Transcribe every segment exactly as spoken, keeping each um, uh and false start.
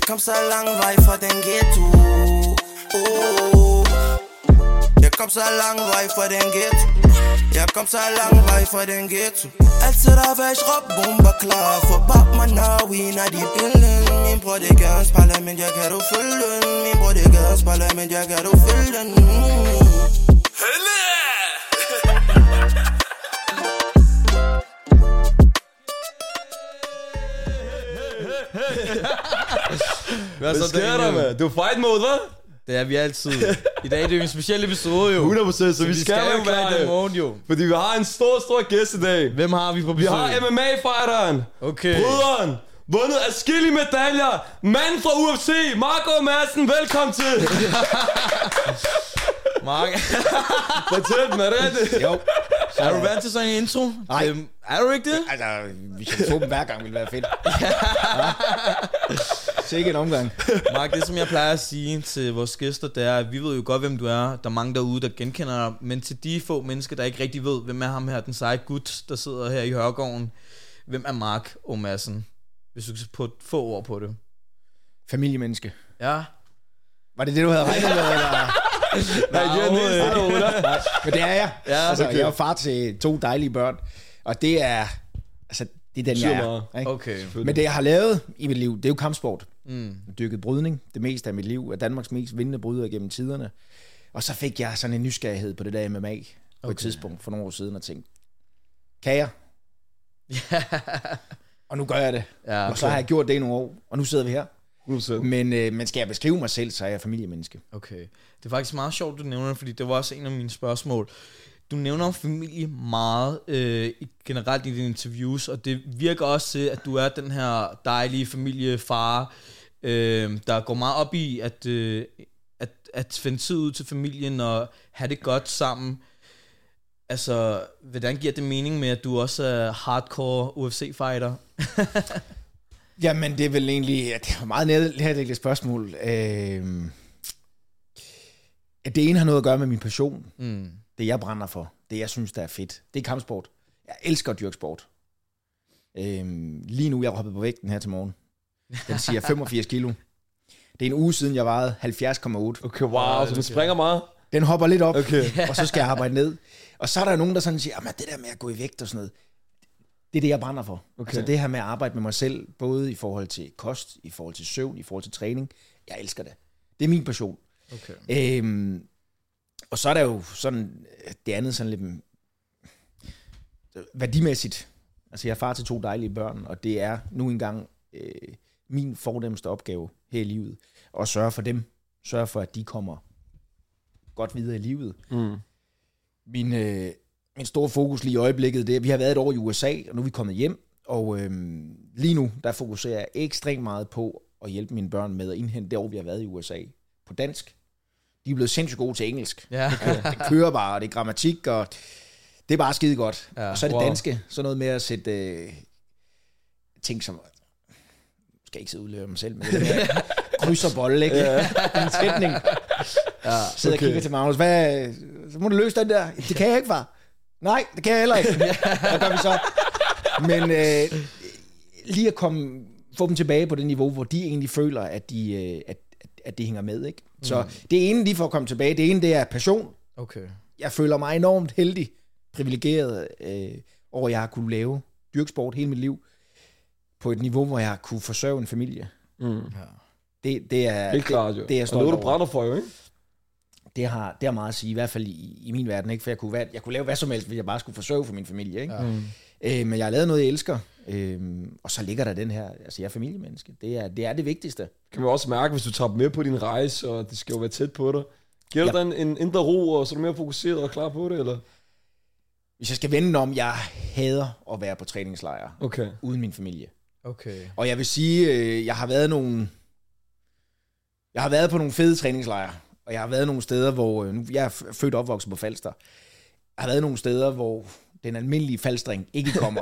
kom så lang vej fra den ghetto. Oh. Jeg kom så lang vej fra den ghetto. Jeg kom så lang vej fra den ghetto. Altid der væk råb bomber klar. For bab mig now we not i billen. Min bror det gør en spejler, men jeg kan du følge den. Min bror det gør en spejler, men jeg kan du følge den. Helle! Hvad så sker der, med? Du er fight mode, hva'? Det er vi altid. I dag det er jo en speciel episode, jo. hundrede procent, så, så vi, vi skal, skal jo være i morgen, jo. Fordi vi har en stor, stor gæst i dag. Hvem har vi på besøg? Vi har M M A-fighteren. Okay. Bryderen. Vundet adskillige medaljer. Manden fra U F C, Marco Madsen. Velkommen til. Mark. Fortæl den, er det rigtigt? Jo. Så er du vant til sådan en intro? Nej. Øhm, er du ikke det? Altså, hvis jeg få dem hver gang, ville være fedt. Sikke en omgang. Mark, det som jeg plejer at sige til vores gæster, det er, at vi ved jo godt, hvem du er. Der er mange derude, der genkender dig. Men til de få mennesker, der ikke rigtig ved, hvem er ham her, den seje gut, der sidder her i Hørgården. Hvem er Mark O. Madsen? Hvis du kan få få ord på det. Familiemenneske. Ja. Var det det, du havde regnet med, eller? Nej, jeg Nej, men det er jeg. Ja, altså, okay. jeg er far til to dejlige børn, og det er, altså, det er den, jeg er. Ikke? Okay. Men det, jeg har lavet i mit liv, det er jo kampsport. Mm. Jeg har dyrket brydning. Det meste af mit liv er Danmarks mest vindende bryder gennem tiderne. Og så fik jeg sådan en nysgerrighed på det der M M A på Okay. et tidspunkt for nogle år siden og tænkte, kan jeg? Og nu gør jeg det. Ja, okay. Og så har jeg gjort det i nogle år, og nu sidder vi her. hundrede procent. Men, øh, men skal jeg beskrive mig selv, så er jeg familiemenneske. Okay. Det er faktisk meget sjovt, du nævner det, fordi det var også en af mine spørgsmål. Du nævner familie meget øh, generelt i dine interviews, og det virker også til, at du er den her dejlige familiefar, øh, der går meget op i at, øh, at, at finde tid ud til familien og have det godt sammen. Altså, hvordan giver det mening med, at du også er hardcore U F C-fighter? Jamen, det er vel egentlig, det er meget nærliggende spørgsmål. Øh, det ene har noget at gøre med min passion. Mm. Det jeg brænder for. Det jeg synes, der er fedt. Det er kampsport. Jeg elsker at dyrke sport. Øh, lige nu, jeg har hoppet på vægten her til morgen. Den siger femogfirs kilo. Det er en uge siden, jeg vejede halvfjerds komma otte. Okay, wow, så du springer meget. Den hopper lidt op, Okay. og så skal jeg arbejde ned. Og så er der nogen, der sådan siger, at det der med at gå i vægt og sådan noget, det er det, jeg brænder for. Okay. Altså det her med at arbejde med mig selv, både i forhold til kost, i forhold til søvn, i forhold til træning. Jeg elsker det. Det er min passion. Okay. Øhm, og så er der jo sådan, det andet sådan lidt værdimæssigt. Altså jeg er far til to dejlige børn, og det er nu engang øh, min fornemmeste opgave her i livet, at sørge for dem. Sørge for, at de kommer godt videre i livet. Mm. Min, øh, min store fokus lige i øjeblikket, det er, vi har været et år i U S A, og nu er vi kommet hjem, og øhm, lige nu, der fokuserer jeg ekstremt meget på at hjælpe mine børn med at indhente det år, vi har været i U S A på dansk. De er blevet sindssygt gode til engelsk. Ja. Det kører bare, og det er grammatik, og det er bare skide godt. Ja, og så er det wow. danske, så noget med at sætte øh, ting som, jeg skal ikke sidde og udleve mig selv, men det der kryds og bolle, ikke? Ja. En sætning. Ja, sidder okay. og kigger til Magnus, hvad, så må du løse den der. Det kan jeg ikke, far. Nej, det kan jeg heller ikke. Hvad gør vi så? Men øh, lige at komme, få dem tilbage på det niveau, hvor de egentlig føler, at de, øh, at, at de hænger med, ikke? Mm. Så det ene, de får komme tilbage, det ene, det er passion. Okay. Jeg føler mig enormt heldig, privilegeret øh, over, at jeg har kunne lave dyrkesport hele mit liv, på et niveau, hvor jeg har kunne forsørge en familie. Mm. Ja. Det, det er Helt klart, jo. Det, det er jeg og stolt noget, du over. brænder for, jo, ikke? Det har, det har meget at sige, i hvert fald i, i min verden, ikke? For jeg kunne, være, jeg kunne lave hvad som helst, hvis jeg bare skulle forsørge for min familie, ikke? Ja. Mm. Øh, men jeg har lavet noget, jeg elsker, øh, og så ligger der den her, altså jeg er familiemenneske, det er det, er det vigtigste. Kan man også mærke, hvis du tager dem med på din rejse, og det skal jo være tæt på dig. Giver det Ja. dig en, en indre ro, og så er du mere fokuseret og klar på det, eller? Hvis jeg skal vende om, jeg hader at være på træningslejre, Okay. uden min familie. Okay. Og jeg vil sige, øh, jeg har været nogle, jeg har været på nogle fede træningslejre, og jeg har været nogle steder, hvor, nu, jeg er født og opvokset på Falster, jeg har været nogle steder, hvor den almindelige falstring ikke kommer.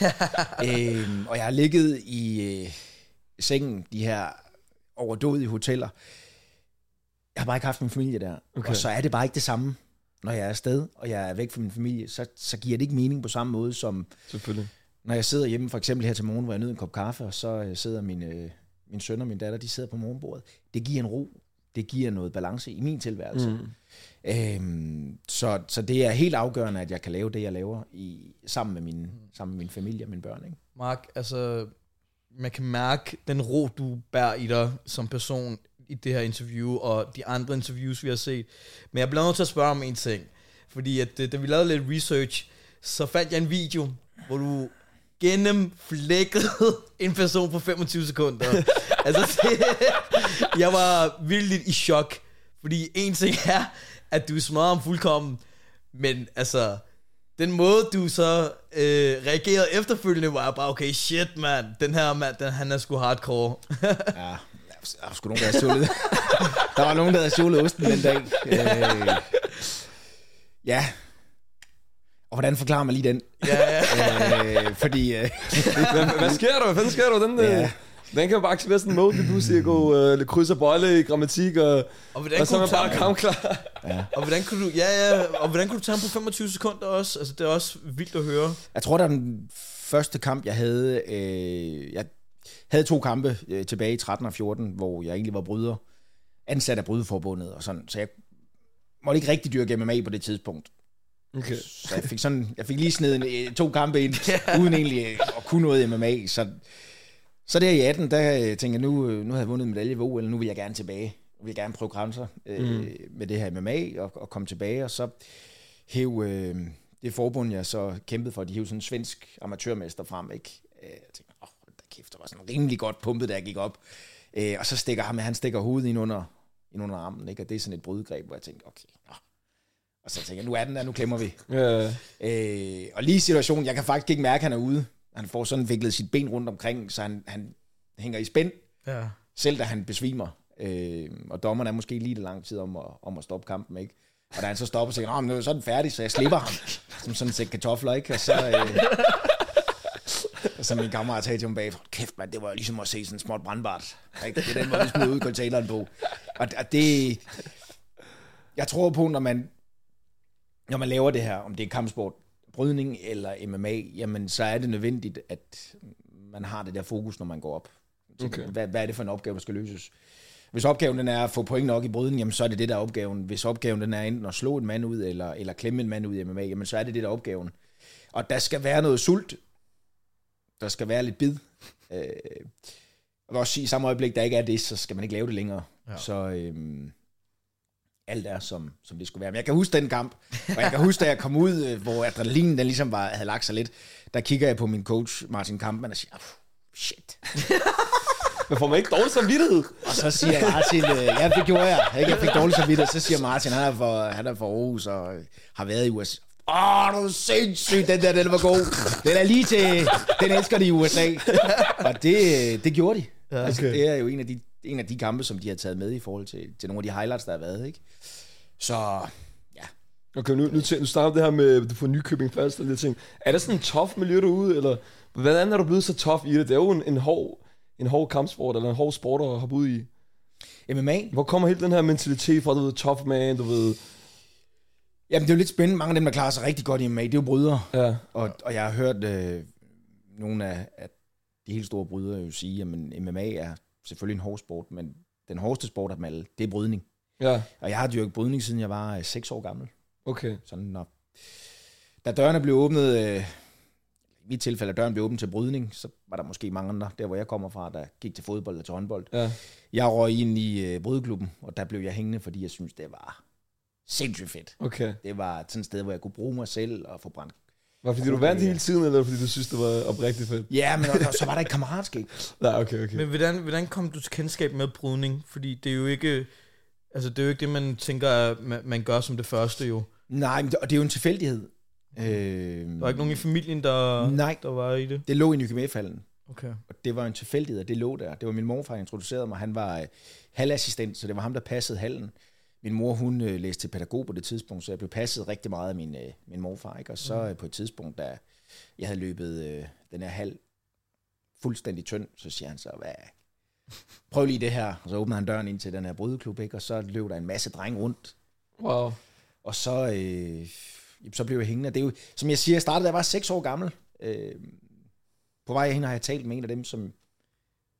øhm, og jeg har ligget i øh, sengen, de her overdådige hoteller. Jeg har bare ikke haft min familie der. Okay. Og så er det bare ikke det samme, når jeg er afsted, og jeg er væk fra min familie, så, så giver det ikke mening på samme måde, som Selvfølgelig. når jeg sidder hjemme, for eksempel her til morgen, hvor jeg nød en kop kaffe, og så øh, sidder min, øh, min søn og min datter, de sidder på morgenbordet. Det giver en ro. Det giver noget balance i min tilværelse. Mm. Øhm, så, så det er helt afgørende, at jeg kan lave det, jeg laver i, sammen, med min, sammen med min familie og mine børn. Ikke? Mark, altså, man kan mærke den ro, du bærer i dig som person i det her interview, og de andre interviews, vi har set. Men jeg bliver nødt til at spørge om en ting. Fordi at, da vi lavede lidt research, så fandt jeg en video, hvor du gennemflækkede en person på femogtyve sekunder. Altså, det, jeg var vildt i chok. Fordi en ting er, at du smadrer ham fuldkommen, men altså, den måde, du så øh, reagerede efterfølgende, var bare, okay, shit, mand, den her mand, den, han er sgu hardcore. Ja, der var sgu nogen, der havde stjålet. Der var nogen, der havde stjålet osten den dag. Øh, ja. Og hvordan forklarer man lige den? Ja, ja. øh, fordi... Øh, hvad, hvad sker der? Hvad fanden sker der? Den, ja. Den kan jo bare aktivere sådan en mode, lige pludselig at gå øh, lidt kryds og bolle i grammatik, og, og, og så er man bare kampklar. Ja. Og hvordan kunne du, ja, ja, og hvordan kunne du tage ham på femogtyve sekunder også? Altså, det er også vildt at høre. Jeg tror, det var den første kamp, jeg havde... Øh, jeg havde to kampe øh, tilbage i tretten og fjorten, hvor jeg egentlig var bryder, ansat af Brydeforbundet og sådan, så jeg måtte ikke rigtig dyrke M M A på det tidspunkt. Okay. Så jeg fik, sådan, jeg fik lige snedet to kampe ind, uden egentlig at kunne noget M M A, så... Så der i atten, der tænkte jeg, nu, nu har jeg vundet medalje ved O L, nu vil jeg gerne tilbage. Nu vil jeg gerne prøve grænser øh, mm. med det her M M A og, og komme tilbage. Og så hæv øh, det forbund, jeg så kæmpede for, de hæv sådan en svensk amatørmester frem. Ikke? Jeg tænkte, åh, oh, der kæft, det var sådan rimelig godt pumpet, da jeg gik op. Øh, og så stikker ham, han stikker hovedet ind under, ind under armen, ikke? Og det er sådan et brudgreb, hvor jeg tænkte, okay, oh. Og så tænkte jeg, nu er den der, nu klemmer vi. Yeah. Øh, og lige i situationen, jeg kan faktisk ikke mærke, at han er ude. Han får sådan viklet sit ben rundt omkring, så han, han hænger i spænd, ja. Selv da han besvimer. Øh, og dommeren er måske lige det lang tid om at, om at stoppe kampen, ikke? Og da han så stopper, så siger han, så er den færdig, så jeg slipper ham. Som sådan en sæk kartofler, ikke? Og så, øh, og så min kammerat sagde til ham bagefter, kæft mand, det var ligesom at se sådan en småt brandbart. Ikke? Det er den måde, vi smider ud i containeren på. Og, og det... Jeg tror på, når man, når man laver det her, om det er kampsport, brydning eller M M A, jamen så er det nødvendigt, at man har det der fokus, når man går op. Okay. Hvad, hvad er det for en opgave, der skal løses? Hvis opgaven den er at få point nok i brydning, jamen så er det det, der er opgaven. Hvis opgaven den er enten at slå en mand ud, eller, eller klemme en mand ud i M M A, jamen så er det det, der er opgaven. Og der skal være noget sult. Der skal være lidt bid. Øh, og også i samme øjeblik, der ikke er det, så skal man ikke lave det længere. Ja. Så... Øhm, alt er, som, som det skulle være. Men jeg kan huske den kamp, og jeg kan huske, da jeg kom ud, hvor adrenalinen den ligesom var, havde lagt sig lidt, der kigger jeg på min coach, Martin Kampmann, og siger, shit. Men får man ikke dårlig samvittighed? Og så siger Martin, øh, ja, det gjorde jeg. Jeg fik dårlig samvittighed. Så siger Martin, han er for, han er for Aarhus, og har været i U S A. Åh, du er sindssygt, den der, den var god. Den er lige til, den elsker de i U S A. Og det, det gjorde de. Ja, okay. Altså, det er jo en af de en af de kampe, som de har taget med i forhold til, til nogle af de highlights, der har været, ikke? Så, ja. Okay, nu, nu, nu starter det her med, du får Nykøbing først og lidt ting. Er der sådan en tough miljø derude, eller hvordan er du blevet så tough i det? Det er jo en, en, hård, en hård kampsport, eller en hård sport at hoppe ud i. M M A? Hvor kommer helt den her mentalitet fra, du ved, tough man, du ved? Jamen, det er jo lidt spændende. Mange af dem, der klarer sig rigtig godt i M M A, det er jo brydere. Ja. Og, og jeg har hørt øh, nogle af, af de helt store brydere jo sige, at M M A er selvfølgelig en hård sport, men den hårdeste sport af dem alle, det er brydning. Ja. Og jeg har dyrket brydning, siden jeg var øh, seks år gammel. Okay. Sådan, når, da dørene blev åbnet, øh, i mit tilfælde, da døren blev åbnet til brydning, så var der måske mange andre, der hvor jeg kommer fra, der gik til fodbold eller til håndbold. Ja. Jeg røg ind i øh, brydeklubben, og der blev jeg hængende, fordi jeg synes det var sindssygt fedt. Okay. Det var sådan et sted, hvor jeg kunne bruge mig selv og få brændt. Var det fordi du vandt hele tiden, eller fordi du synes, det var oprigtigt fedt? Ja, men og, så var der ikke kammeratskab. Nej, okay, okay. Men hvordan, hvordan kom du til kendskab med brydning? Fordi det er jo ikke, altså det er jo ikke det, man tænker, man, man gør som det første jo. Nej, men det, og det er jo en tilfældighed. Øh, der var ikke nogen i familien, der, nej, der var i det? Det lå i Nykøbing F-hallen. Okay. Og det var en tilfældighed, at det lå der. Det var min morfar, der introducerede mig. Han var øh, halvassistent, så det var ham, der passede hallen. Min mor, hun øh, læste til pædagog på det tidspunkt, så jeg blev passet rigtig meget af min, øh, min morfar. Ikke? Og så øh, på et tidspunkt, da jeg havde løbet øh, den her hal fuldstændig tynd, så siger han så, hvad? Prøv lige det her. Og så åbner han døren ind til den her brydeklub, ikke? Og så løb der en masse drenge rundt. Wow. Og så, øh, så blev jeg hængende. Det er jo, som jeg siger, jeg startede, da jeg var seks år gammel. Øh, på vej hen har jeg talt med en af dem, som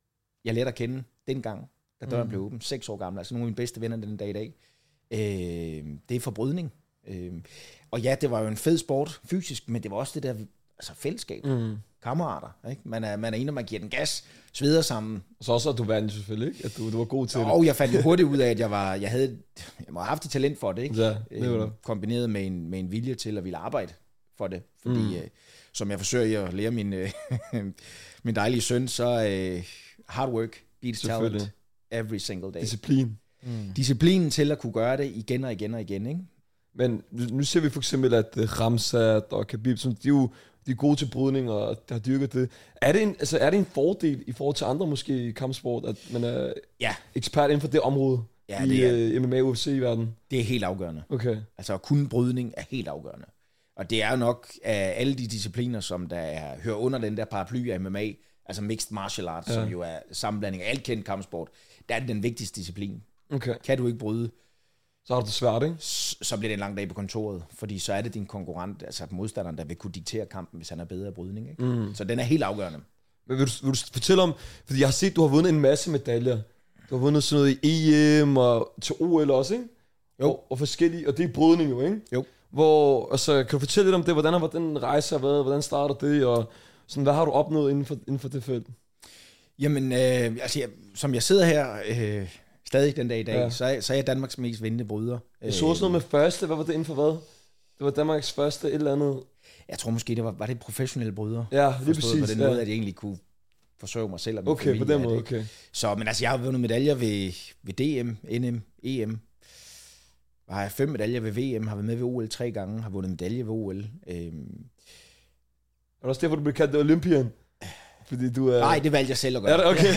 jeg lærte at kende dengang, da døren mm. blev åben, seks år gammel, altså nogle af mine bedste venner den dag i dag. Øh, det er forbrydning. Øh, og ja, det var jo en fed sport fysisk, men det var også det der altså fællesskab, mm. kammerater. Ikke? Man er, man er inde, og man giver den gas, sveder sammen. Og så også, at du vandt selvfølgelig, ikke? At du, du var god til og det. Og jeg fandt hurtigt ud af, at jeg var, jeg havde, jeg må have haft et talent for det, ikke? Ja, det var det. Øh, kombineret med en, med en vilje til at ville arbejde for det. Fordi, mm. øh, som jeg forsøger at lære min, øh, min dejlige søn, så øh, hard work beats talent every single day. Disciplin. Mm. Disciplinen til at kunne gøre det igen og igen og igen, ikke? Men nu ser vi for eksempel, at Khamzat og Khabib, som de er jo de er gode til brydning og har dyrket det. Er det, en, altså, er det en fordel i forhold til andre måske i kampsport, at man er ja. ekspert inden for det område ja, i det er, M M A og U F C-verdenen? Det er helt afgørende. Okay. Altså at kunne brydning er helt afgørende. Og det er jo nok af alle de discipliner, som der er, hører under den der paraply af M M A, altså mixed martial arts, ja. som jo er sammenblanding af alt kendt kampsport, der er det den vigtigste disciplin. Okay. Kan du ikke bryde, så har du det svært, ikke? Så bliver det en lang dag på kontoret, fordi så er det din konkurrent, altså modstanderen, der vil kunne diktere kampen, hvis han er bedre i brydning, ikke? Mm. Så den er helt afgørende. Men vil du, vil du fortælle om, fordi jeg har set, du har vundet en masse medaljer. Du har vundet sådan noget i E M og til O L også, ikke? Jo. Og, og forskellige, og det er brydning jo, ikke? Jo. Hvor, altså, kan du fortælle lidt om det, hvordan har den rejse været, hvordan starter det, og sådan, hvad har du opnået inden for, inden for det felt? Jamen, øh, altså, jeg, som jeg sidder her øh, stadig den dag i dag, ja. så, er, så er jeg Danmarks mest vindende bryder. Jeg så også noget med første, hvad var det inden for hvad? Det var Danmarks første et eller andet. Jeg tror måske, det var, var det professionelle bryder. Ja, lige præcis. På den ja. måde, at jeg egentlig kunne forsørge mig selv og min okay, familie. Okay, på den måde, okay. Så, men altså, jeg har vundet medaljer ved, ved D M, N M, E M. Jeg har fem medaljer ved V M, har været med ved O L tre gange, har vundet medalje ved O L. Øhm. Er det også derfor, du bliver kaldt Olympian? Fordi du er... Nej, det valgte jeg selv at gøre. Er det okay?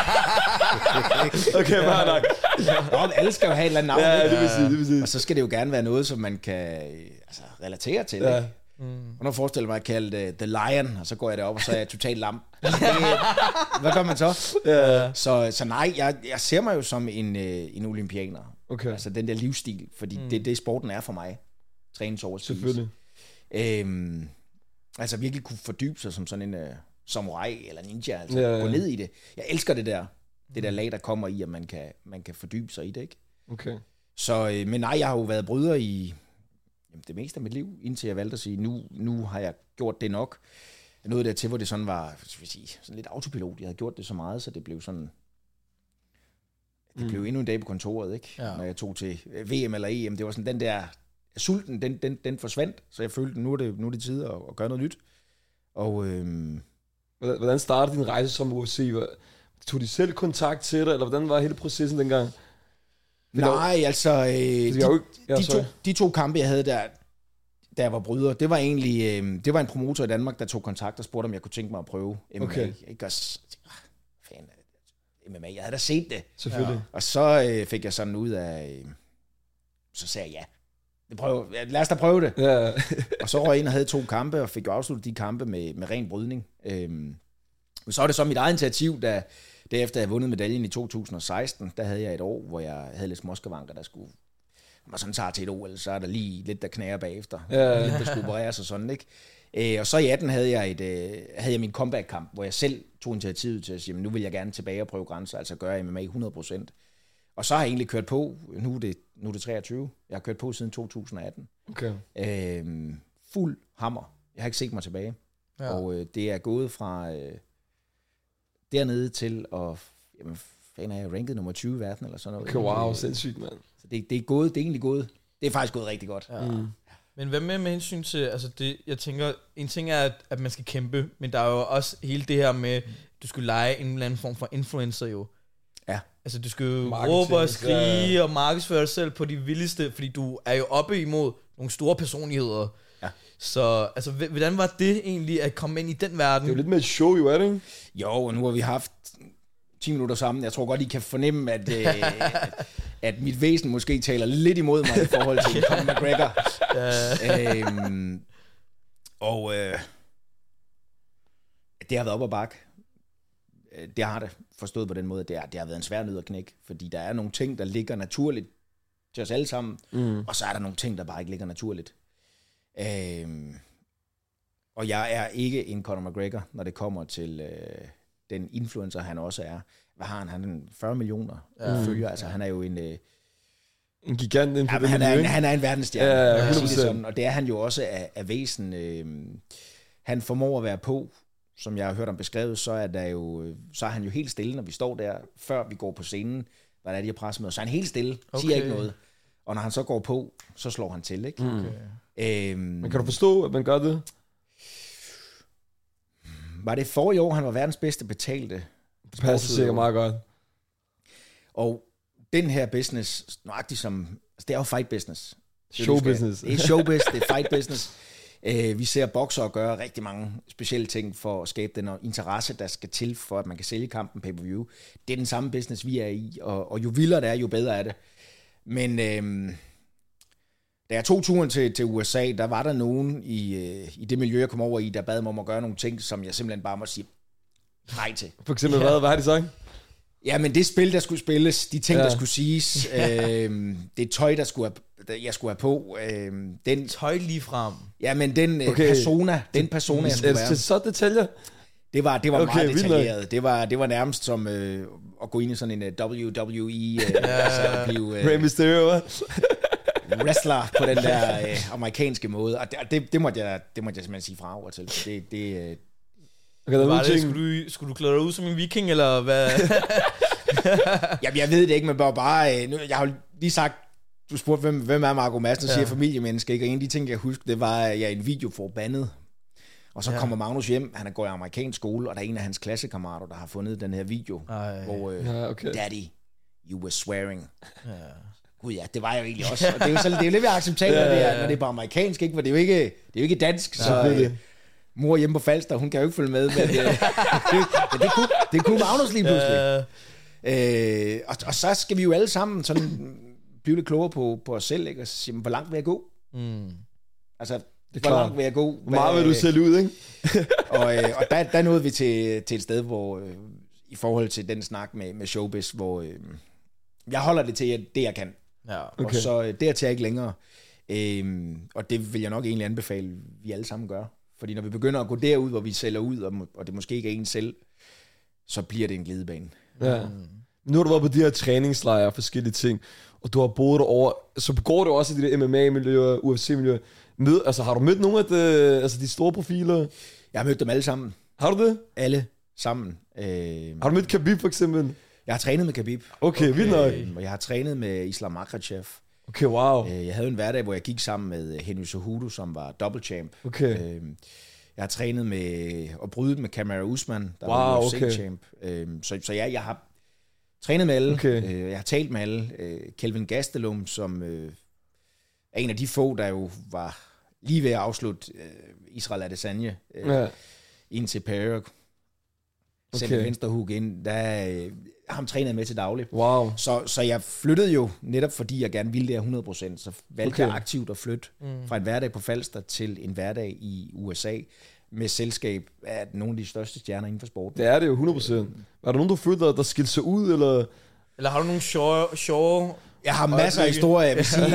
okay, bare nok. Nå, alle skal jo have et eller andet navn. Ja, det vil sige, det vil sige. Og så skal det jo gerne være noget, som man kan altså, relatere til. Ja. Ikke? Mm. Og nu forestiller mig at kalde det The Lion, og så går jeg derop, og så er jeg totalt lam. Hvad gør man så? Ja. Så, så nej, jeg, jeg ser mig jo som en, en olympianer. Okay. Altså den der livsstil, fordi mm. det er det, sporten er for mig. Trænes over spise. Selvfølgelig. Øhm, altså virkelig kunne fordybe sig som sådan en uh, samurai eller ninja, altså ja, ja. gå ned i det. Jeg elsker det der, det der lag, der kommer i, at man kan, man kan fordybe sig i det, ikke? Okay. Så, øh, men nej, jeg har jo været bryder i jamen, det meste af mit liv, indtil jeg valgte at sige, nu, nu har jeg gjort det nok. Jeg nåede dertil, hvor det sådan var, skal vi sige, sådan lidt autopilot. Jeg havde gjort det så meget, så det blev sådan, det mm. blev endnu en dag på kontoret, ikke? Ja. Når jeg tog til V M eller E M, det var sådan den der, sulten, den, den, den forsvandt, så jeg følte, nu er det, nu er det tid at, at gøre noget nyt. Og øhm, hvordan startede din rejse som U F C? Tog de selv kontakt til dig, eller hvordan var hele processen dengang? Nej, altså, øh, de, jo, ja, de, to, de to kampe, jeg havde der, da jeg var bryder, det var egentlig, øh, det var en promotor i Danmark, der tog kontakt og spurgte, om jeg kunne tænke mig at prøve M M A. Okay. Ikke også, fan, M M A, jeg havde da set det. Selvfølgelig. Ja. Og så øh, fik jeg sådan ud af, øh, så sagde jeg ja. Det prøver, lad os da prøve det. Ja. Og så røg jeg ind og havde to kampe, og fik jo afsluttet de kampe med, med ren brydning. Øhm, så var det så mit eget initiativ, da derefter jeg vundet medaljen i to tusind og seksten, der havde jeg et år, hvor jeg havde lidt småskavanker, der skulle, når man sådan tager til et O L, så er der lige lidt, der knærer bagefter. Ja. Lidt, der skulle opereres og sådan, ikke? Øh, og så i atten havde jeg, et, øh, havde jeg min comeback-kamp, hvor jeg selv tog initiativet til at sige, nu vil jeg gerne tilbage og prøve grænser, altså gøre M M A hundrede procent. Og så har jeg egentlig kørt på, nu er det, nu er det treogtyve, jeg har kørt på siden to tusind og atten. Okay. Øhm, fuld hammer. Jeg har ikke set mig tilbage. Ja. Og øh, det er gået fra øh, dernede til at, jamen, fan er jeg ranket nummer tyve i verden, eller sådan noget. Okay, wow, sindssygt, mand. Så det, det er gået, det er egentlig gået, det er faktisk gået rigtig godt. Ja. Mm. Men hvad med med hensyn til, altså det, jeg tænker, en ting er, at, at man skal kæmpe, men der er jo også hele det her med, du skulle lege en eller anden form for influencer jo. Ja. Altså du skal jo råbe og skrige ja. og markedsføre dig selv på de vildeste, fordi du er jo oppe imod nogle store personligheder. Ja. Så altså, hvordan var det egentlig at komme ind i den verden? Det er jo lidt med et show, jo er det ikke? Jo, og nu har vi haft ti minutter sammen. Jeg tror godt, I kan fornemme, at, øh, at mit væsen måske taler lidt imod mig i forhold til Conor McGregor. Ja. øhm, og øh, det har været op ad bakke. Det har det forstået på den måde, at det, er, det har været en svær nød at knække, fordi der er nogle ting, der ligger naturligt til os alle sammen, mm. og så er der nogle ting, der bare ikke ligger naturligt. Øhm, og jeg er ikke en Conor McGregor, når det kommer til, øh, den influencer, han også er. Hvad har han? Han har fyrre millioner ja. følgere. Altså, han er jo en... Øh, en gigant inden for ja, det han, er, miljø, han er en verdensstjerne. Ja, Ja, hundrede procent. sådan, og det er han jo også af, af væsen. Øh, han formår at være på, som jeg har hørt om beskrevet, så er, der jo, så er han jo helt stille, når vi står der, før vi går på scenen, hvad der er de her pressemøder. Så er han helt stille, okay. siger ikke noget. Og når han så går på, så slår han til, ikke? Okay. Øhm, Men kan du forstå, at man gør det? Var det forrige år, han var verdens bedste betalte? Det passer sikkert meget godt. Og den her business, nøjagtigt som... Altså det er jo fight business. Show business. Det er showbiz, det er fight business. Uh, vi ser boksere gøre rigtig mange specielle ting for at skabe den interesse, der skal til for, at man kan sælge kampen pay-per-view. Det er den samme business, vi er i, og, og jo vildere det er, jo bedre er det. Men uh, da jeg tog turen til, til U S A, der var der nogen i, uh, i det miljø, jeg kom over i, der bad mig om at gøre nogle ting, som jeg simpelthen bare må sige nej til. For eksempel ja. hvad? Hvad har de sagt? Ja, men det spil, der skulle spilles, de ting, ja. der skulle siges, øh, det tøj, der skulle have, jeg skulle have på, øh, den... Tøj lige frem. Ja, men den okay. persona, den persona, jeg skulle være. Er så detaljer? Det var, det var okay, meget detaljeret. Det var, det var nærmest som øh, at gå ind i sådan en uh, W W E, øh, ja. altså at blive øh, Rey Mysterio, wrestler på den der øh, amerikanske måde. Og det, det, det, måtte jeg, det måtte jeg simpelthen sige fra over til. Det, det, øh, okay, der var det, skulle, du, skulle du klæde dig ud som en viking, eller hvad? Jamen, jeg ved det ikke, men bare, bare nu, jeg har lige sagt, du spurgte, hvem, hvem er Marco Madsen, og siger ja. familiemenneske, ikke? Og en af de ting, jeg husker, det var, at jeg i en video får bandet. Og så ja. kommer Magnus hjem, han går i amerikansk skole, og der er en af hans klassekammerater, der har fundet den her video, Ej. hvor øh, ja, okay. Daddy, you were swearing. Ja. Gud ja, det var jeg jo egentlig også. Og det er jo, så, det er jo lidt mere acceptabelt, ja, ja, ja. Når, det er, når det er på amerikansk, ikke? For det er jo ikke, det er jo ikke dansk, ja, så... Øh, mor hjemme på Falster, hun kan jo ikke følge med, men øh, det, men det, kunne, det kunne Magnus lige pludselig. Ja. Øh, og, og så skal vi jo alle sammen sådan blive lidt klogere på, på os selv, ikke? Og så sige, hvor langt vil jeg gå? Mm. Altså, det hvor klar. langt vil jeg gå? Hvor meget vil du sælge ud, ikke? og øh, og der, der nåede vi til, til et sted, hvor øh, i forhold til den snak med, med showbiz, hvor øh, jeg holder det til det, jeg kan. Ja. Okay. Og så øh, dertil er jeg ikke længere. Øh, og det vil jeg nok egentlig anbefale, vi alle sammen gør. Fordi når vi begynder at gå derud, hvor vi sælger ud, og, og det måske ikke er en selv, så bliver det en glidebane. Ja. Mm. Nu har du været på de her træningslejre og forskellige ting, og du har boet derovre, så går du også i de der M M A-miljøer, U F C-miljøer. Mød, altså, har du mødt nogle af de, altså, de store profiler? Jeg har mødt dem alle sammen. Har du det? Alle sammen. Øh, har du mødt Khabib for eksempel? Jeg har trænet med Khabib. Okay, okay. Vildt nok. Og jeg har trænet med Islam Makhachev. Okay, wow. Jeg havde en hverdag, hvor jeg gik sammen med Henry Cejudo, som var double champ. Okay. Jeg har trænet med og brydet med Kamaru Usman, der wow, var U F C okay. champ. Så, så ja, jeg har trænet med alle. Okay. Jeg har talt med alle. Kelvin Gastelum, som er en af de få, der jo var lige ved at afslutte Israel Adesanya ja. indtil Perry sendte okay. venstre hook ind. Der ham trænede med til daglig. Wow. Så, så jeg flyttede jo, netop fordi jeg gerne ville det her hundrede procent, så valgte okay. jeg aktivt at flytte mm. fra en hverdag på Falster til en hverdag i U S A, med selskab af nogle af de største stjerner inden for sporten. Det er det jo, hundrede procent. Er der nogen, du føler, der skilte sig ud, eller... Eller har du nogle sjove... sjove jeg har masser af historier, jeg vil sige.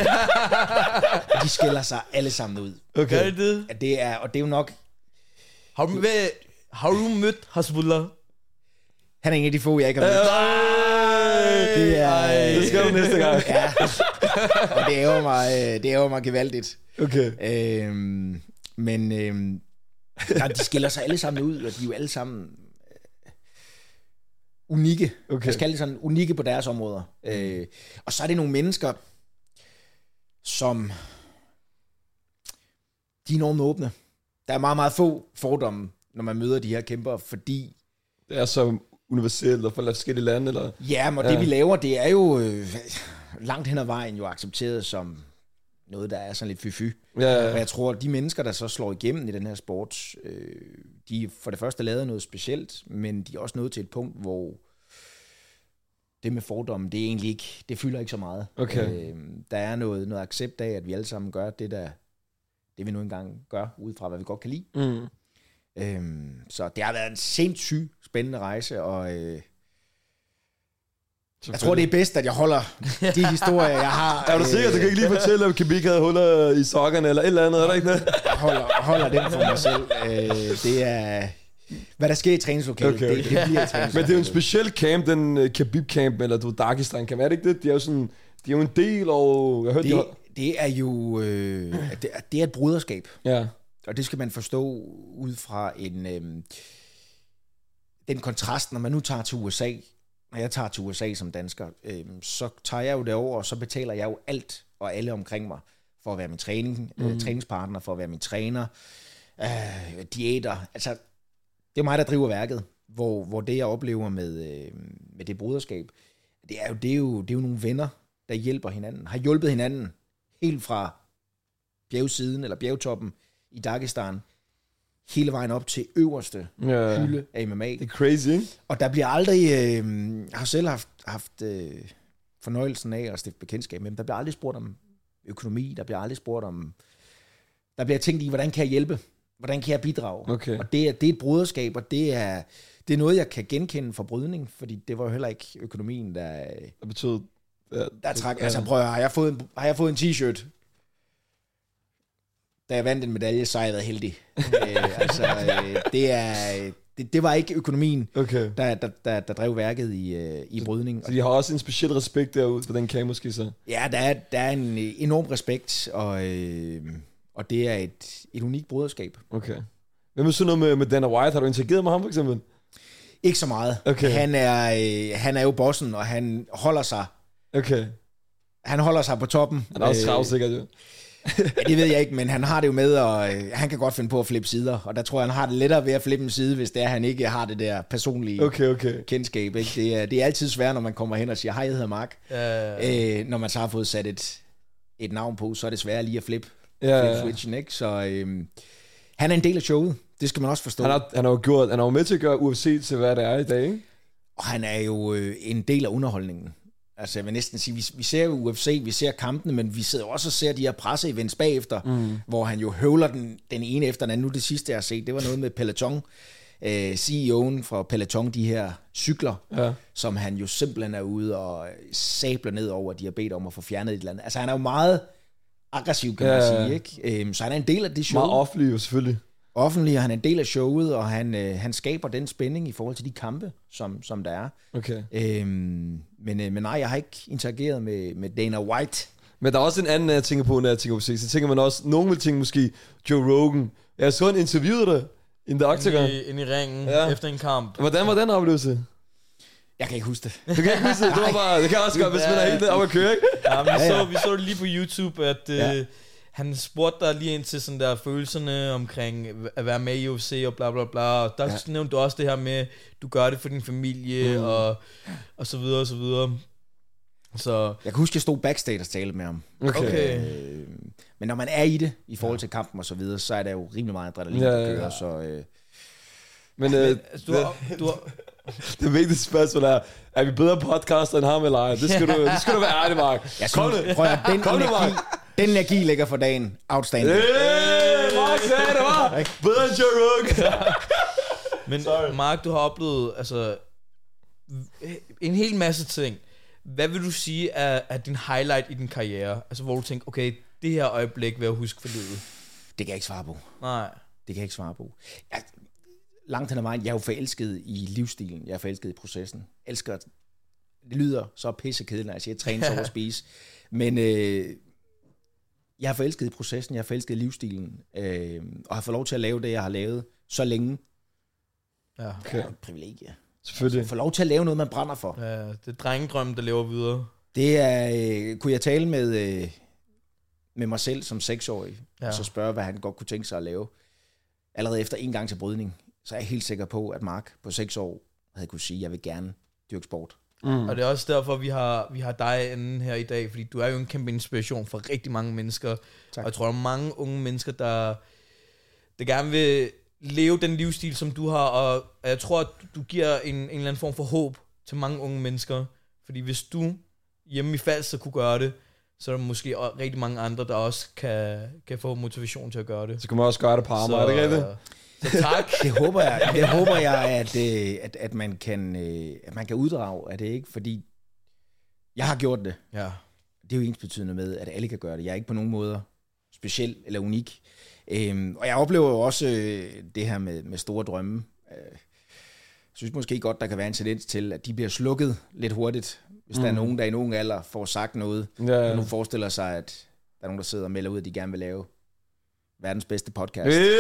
De skiller sig alle sammen ud. Okay. Gør det det? Ja, det er, og det er jo nok... Har du, hvad, har du mødt Hasbullah? Han er en af de få, jeg ikke har mødt. Øh, det, er, det skal du næste gang. Ja. Og det er jo mig, det er jo mig gevaldigt. Okay. Øhm, men øhm, ja, de skiller sig alle sammen ud, og de er jo alle sammen øh, unikke. Okay. Jeg skal kalde det sådan unikke på deres områder. Mm. Øh, og så er det nogle mennesker, som de er enormt åbne. Der er meget, meget få fordomme, når man møder de her kæmpere, fordi det er så universelt og for forskellige lande, eller? Ja, men ja. det vi laver, det er jo øh, langt hen ad vejen jo accepteret som noget, der er sådan lidt fy-fy. Ja, ja. Og jeg tror, at de mennesker, der så slår igennem i den her sport, øh, de for det første lavet noget specielt, men de er også nået til et punkt, hvor det med fordomme, det er egentlig ikke, det fylder ikke så meget. Okay. Øh, der er noget, noget accept af, at vi alle sammen gør det, der, det vi nu engang gør, ud fra hvad vi godt kan lide. Mm. Øhm, så det har været en sindssygt spændende rejse, og øh, jeg tror, det er bedst, at jeg holder de historier, jeg har. Er du sikker? Du kan ikke lige fortælle, om Khabib havde huller i sokkerne, eller et eller andet, er der ikke noget? Jeg holder, holder den for mig selv. Øh, det er... hvad der sker i træningslokalet, Okay, okay, okay. det, det bliver i træningslokalet. Men det er jo en speciel camp, den uh, Khabib camp, eller du Dagestan camp, er det ikke det? Det er jo sådan, de er jo en del, og jeg hørte, det, de... det er jo øh, det, er, det er et broderskab, Ja, og det skal man forstå ud fra en øh, den kontrast, når man nu tager til U S A. Når jeg tager til U S A som dansker, øh, så tager jeg jo derover, og så betaler jeg jo alt og alle omkring mig for at være min træning, mm. øh, træningspartner, for at være min træner, øh, diæter. Altså, det er mig, der driver værket, hvor, hvor det, jeg oplever med, øh, med det broderskab, det er, jo, det, er jo, det er jo nogle venner, der hjælper hinanden, har hjulpet hinanden helt fra bjergsiden eller bjergtoppen i Dagestan, hele vejen op til øverste ja. hylde af M M A. Det er crazy, ikke? Og der bliver aldrig, øh, jeg har selv haft, haft øh, fornøjelsen af at stifte bekendtskab med dem, der bliver aldrig spurgt om økonomi, der bliver aldrig spurgt om, der bliver tænkt i, hvordan kan jeg hjælpe, hvordan kan jeg bidrage, Okay. og det er, det er et broderskab, og det er, det er noget, jeg kan genkende fra brydning, fordi det var jo heller ikke økonomien, der, Det betyder... Ja, der træk, ja. altså prøv at, har jeg fået en, har jeg fået en t-shirt, da jeg vandt en medalje, så har jeg været heldig. øh, altså, øh, det er, det, det var ikke økonomien, Okay. der, der, der, der drev værket i, øh, i brydning. Så de har også en speciel respekt derude for den camp måske så? Ja, der er, der er en enorm respekt, og, øh, og det er et, et unikt broderskab. Okay. Hvad med sådan noget med, med Dana White? Har du interageret med ham for eksempel? Ikke så meget. Okay. Han er, øh, han er jo bossen, og han holder sig, Okay. han holder sig på toppen. Han er også travlt sikkert jo. Ja, det ved jeg ikke, men han har det jo med, og øh, han kan godt finde på at flippe sider, og der tror jeg, han har det lettere ved at flippe en side, hvis det er, han ikke har det der personlige Okay, okay. kendskab. Ikke? Det, er, det er altid svært, når man kommer hen og siger, hej, jeg hedder Mark. Ja, Øh, når man så har fået sat et, et navn på, så er det svært lige at flippe, Ja, flippe ja. switchen, ikke? Så øh, han er en del af showet, det skal man også forstå. Han har, han har jo gjort, han har jo med til at gøre U F C til, hvad det er i dag, ikke? Og han er jo øh, en del af underholdningen. Altså jeg vil næsten sige, vi, vi ser jo U F C, vi ser kampene, men vi sidder også og ser de her presseevents bagefter, mm. hvor han jo høvler den, den ene efter den anden. Nu det sidste, jeg har set, det var noget med Peloton, øh, C E O'en for Peloton, de her cykler, Ja. som han jo simpelthen er ude og sabler ned over, de har bedt om at få fjernet et eller andet. Altså han er jo meget aggressiv, kan man Ja, ja. sige, ikke? Øhm, så han er en del af det show. Meget offentlig jo selvfølgelig. Offentlig, og han er en del af showet, og han, øh, han skaber den spænding i forhold til de kampe, som, som der er. Okay. Øhm, men, øh, men nej, jeg har ikke interageret med, med Dana White. Men der er også en anden, jeg tænker på, når jeg tænker på U F C. Så tænker man også, nogen vil tænke måske, Joe Rogan. Jeg så en interviewet dig in the octagon. Inde i, inde i ringen Ja. ja. efter en kamp. Hvordan var den oplevelse? Jeg kan ikke huske det. Du kan ikke huske det. Det var bare, det kan også godt, hvis man er helt ned op at køre, ikke? Ja, men vi, Ja, ja. Så, vi så det lige på YouTube, at øh, Ja. han spurgte dig lige ind til sådan der følelserne omkring at være med i U F C og bla bla bla. Og der Ja. ja. nævnte du også det her med, du gør det for din familie mm. og, og så videre og så videre. Så Jeg kan huske, jeg stod backstage og talte med ham. Okay. okay. Øh, men når man er i det, i forhold til kampen og så videre, så er der jo rimelig meget adrenalin, Ja, der ja, ja. kører. Så, øh, Men øh, Altså, du har, du har, det vigtigste spørgsmål er, er vi bedre podcaster end ham eller ej? Det skal du, det skal du være ærlig, Mark. jeg Kom synes, nu. prøv at, den, Kom nu, energi, Mark. den energi ligger for dagen. Outstanding. Hey, Mark sagde det, var. Bedre end Joe Rogan. men Mark, du har oplevet altså, en hel masse ting. Hvad vil du sige er, er din highlight i din karriere? Altså hvor du tænker, okay, det her øjeblik vil jeg huske for livet. Det kan jeg ikke svare på. Nej. Det kan jeg ikke svare på. Jeg, langt hen ad vejen, jeg er jo forelsket i livsstilen. Jeg er forelsket i processen. Elsker, det lyder så pissekedeligt, når jeg siger, træne, sove og spise. Men øh, jeg er forelsket i processen, jeg er forelsket i livsstilen. Øh, og har fået lov til at lave det, jeg har lavet så længe. Ja. Det er et privilegie. Selvfølgelig. At få lov til at lave noget, man brænder for. Ja, det er drengedrømmen, der lever videre. Det er, øh, kunne jeg tale med, øh, med mig selv som seksårig, ja. Ja. og så spørge, hvad han godt kunne tænke sig at lave. Allerede efter en gang til brydning, så er jeg helt sikker på, at Mark på seks år havde kunne sige, at jeg vil gerne dyrke sport. Mm. Og det er også derfor, vi har, vi har dig inde her i dag, fordi du er jo en kæmpe inspiration for rigtig mange mennesker. Tak. Og jeg tror, der er mange unge mennesker, der, der gerne vil leve den livsstil, som du har, og jeg tror, at du giver en, en eller anden form for håb til mange unge mennesker. Fordi hvis du hjemme i Falster kunne gøre det, så er der måske også rigtig mange andre, der også kan, kan få motivation til at gøre det. Så kan man også gøre det på Amager, er det ikke rigtigt? Så tak. Det håber jeg, det håber jeg at, øh, at, at, man kan, øh, at man kan uddrage af det, ikke? Fordi jeg har gjort det. Ja. Det er jo ensbetydende med, at alle kan gøre det. Jeg er ikke på nogen måder speciel eller unik. Øhm, og jeg oplever jo også øh, det her med, med store drømme. Øh, synes måske godt, der kan være en tendens til, at de bliver slukket lidt hurtigt, hvis mm. der er nogen, der i nogen alder får sagt noget. Ja, ja. Og nu forestiller sig, at der er nogen, der sidder og melder ud, at de gerne vil lave verdens bedste podcast. Øh!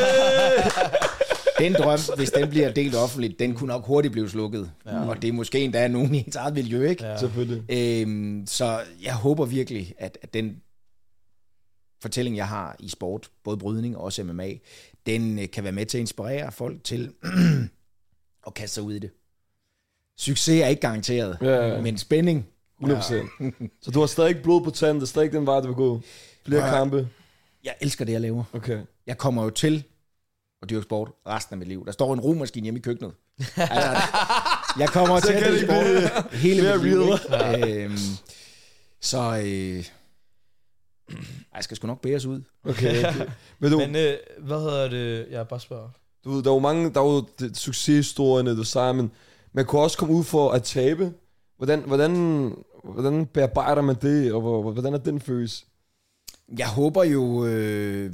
Den drøm, hvis den bliver delt offentligt, den kunne nok hurtigt blive slukket. Ja. Og det er måske endda nogen i ens eget miljø, ikke? Ja. Selvfølgelig. Øhm, så jeg håber virkelig, at, at den fortælling, jeg har i sport, både brydning og også M M A, den øh, kan være med til at inspirere folk til at kaste sig ud i det. Succes er ikke garanteret, ja, ja. Men spænding. hundrede procent. Ja. Så du har stadig ikke blod på tanden, det er stadig den vej, du vil gå? Flere ja. kampe? Jeg elsker det, jeg laver. Okay. Jeg kommer jo til at dyrke sport resten af mit liv. Der står en romaskine hjemme i køkkenet. Altså, jeg kommer til at dyrke sport hele mit liv. Ja. Øhm, så øh, jeg skal sgu nok bæres ud. Okay, okay. Men, du, Men øh, hvad hedder det? Jeg bare spørger. Du ved, der er jo mange, der er jo succeshistorierne, du siger, men man kunne også komme ud for at tabe. Hvordan, hvordan, hvordan bearbejder man det, og hvordan er den følelse? Jeg håber jo, øh,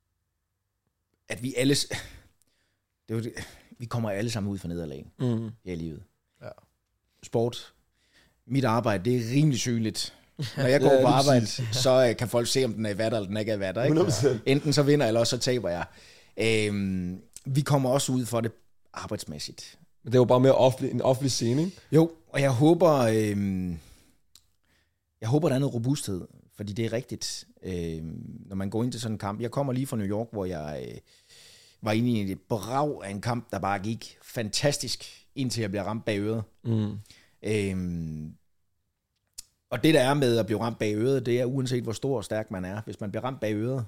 at vi alle... Det er jo det, vi kommer alle sammen ud for nederlag mm. i livet. Ja. Sport. Mit arbejde, det er rimelig synligt. Når jeg går ja, på arbejde, så kan folk se, om den er i vatter, eller den ikke er i vatter. Ikke? Ja. Enten så vinder, eller også så taber jeg. Øhm, vi kommer også ud for det arbejdsmæssigt. Men det er jo bare mere offentlig, en offentlig scene, ikke? Jo, og jeg håber, øhm, jeg håber, der er noget robusthed. Fordi det er rigtigt, øh, når man går ind til sådan en kamp. Jeg kommer lige fra New York, hvor jeg øh, var inde i et brav af en kamp, der bare gik fantastisk, indtil jeg bliver ramt bag øret. Mm. Øh, og det, der er med at blive ramt bag øret, det er uanset hvor stor og stærk man er. Hvis man bliver ramt bag øret,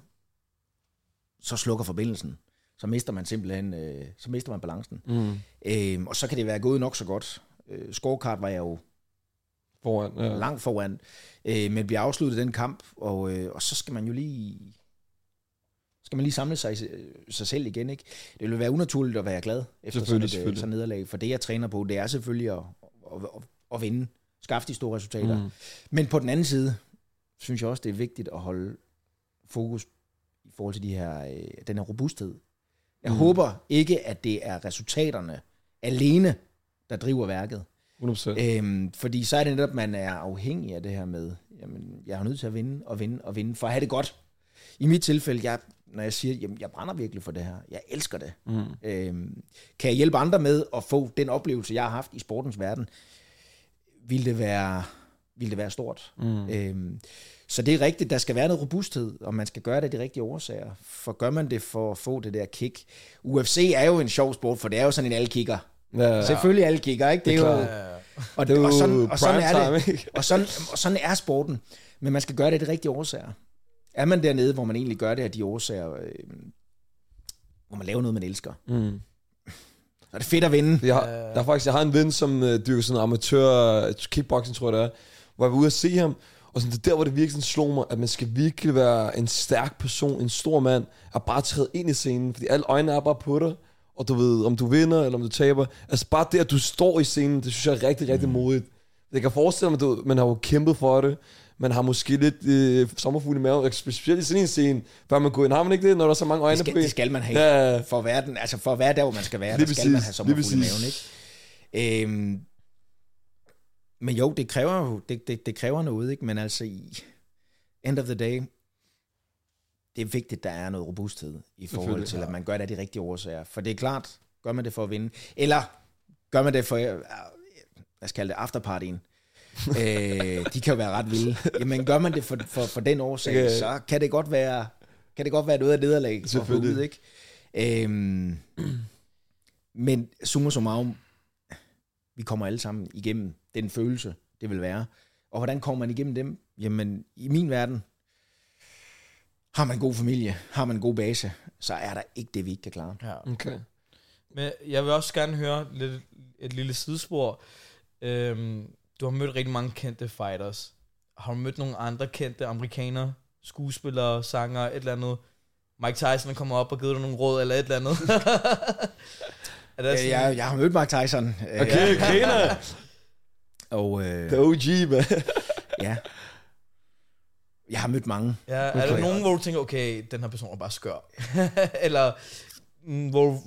så slukker forbindelsen. Så mister man simpelthen øh, så mister man balancen. Mm. Øh, og så kan det være gået nok så godt. Øh, scorecard var jeg jo foran, ja. langt foran, øh, men bliver afsluttet den kamp, og, øh, og så skal man jo lige skal man lige samle sig, sig selv igen, ikke? Det ville være unaturligt at være glad efter sådan et sådan nederlag, for det jeg træner på, det er selvfølgelig at, at, at, at vinde, skaffe de store resultater. Mm. Men på den anden side, synes jeg også, det er vigtigt at holde fokus i forhold til de her, øh, den her robusthed. Jeg mm. håber ikke, at det er resultaterne alene, der driver værket. Øhm, fordi så er det netop, at man er afhængig af det her med, jamen, jeg er nødt til at vinde og vinde og vinde, for at have det godt. I mit tilfælde, jeg, når jeg siger, jamen, jeg brænder virkelig for det her, jeg elsker det. Mm. Øhm, kan jeg hjælpe andre med at få den oplevelse, jeg har haft i sportens verden, vil det være, vil det være stort. Mm. Øhm, så det er rigtigt, der skal være noget robusthed, og man skal gøre det af de rigtige årsager. For gør man det for at få det der kick. U F C er jo en sjov sport, for det er jo sådan en alle kigger. Ja, selvfølgelig alle kigger, ikke? Det er, det er jo, ja, ja. Og, det er og, sådan, og sådan er det. Og sådan, og sådan er sporten. Men man skal gøre det af de rigtige årsager. Er man dernede, hvor man egentlig gør det af de årsager, øh, hvor man laver noget, man elsker, mm. så er det fedt at vinde. Jeg har, der er faktisk, jeg har en ven, som øh, dyrker sådan en amatør kickboxing, tror jeg det er, hvor jeg var ude at se ham, og sådan, det der, hvor det virkelig slog mig, at man skal virkelig være en stærk person, en stor mand, at bare træde ind i scenen, fordi alle øjnene er bare på dig, og du ved, om du vinder, eller om du taber. Altså bare det, at du står i scenen, det synes jeg er rigtig, rigtig modigt. Jeg kan forestille mig, at du, man har jo kæmpet for det, man har måske lidt øh, sommerfugle i maven, specielt i sådan en scene, før man går ind. Har man ikke det, når der er så mange øjne det skal, på? Det skal man have. Ja. For, verden, altså for at være der, hvor man skal være, der skal præcis, man have sommerfugle i maven, ikke? Øhm, men jo, det kræver jo, det, det, det kræver noget, ikke? Men altså i end of the day, det er vigtigt, at der er noget robusthed i forhold til, at man gør det af de rigtige årsager. For det er klart, gør man det for at vinde, eller gør man det for, lad os kalde det afterpartyen, øh, de kan jo være ret vilde. Jamen gør man det for, for, for den årsag, okay. Så kan det godt være, kan det godt være noget af nederlag for at få ud, ikke? Øhm, men summa summarum, vi kommer alle sammen igennem den følelse, det vil være. Og hvordan kommer man igennem dem? Jamen, i min verden, har man en god familie, har man en god base, så er der ikke det, vi ikke kan klare. Ja. Okay. Men jeg vil også gerne høre lidt, et lille sidespor. Øhm, du har mødt rigtig mange kendte fighters. Har du mødt nogle andre kendte amerikanere, skuespillere, sanger, et eller andet? Mike Tyson kommer op og givet dig nogle råd, eller et eller andet? er det sådan? jeg, jeg har mødt Mike Tyson. Okay, griner. Og øh, The O G, man. Ja. Jeg har mødt mange. Ja, er okay. Der nogen, hvor du tænker, okay, den her person er bare skør? Eller hvor, hvor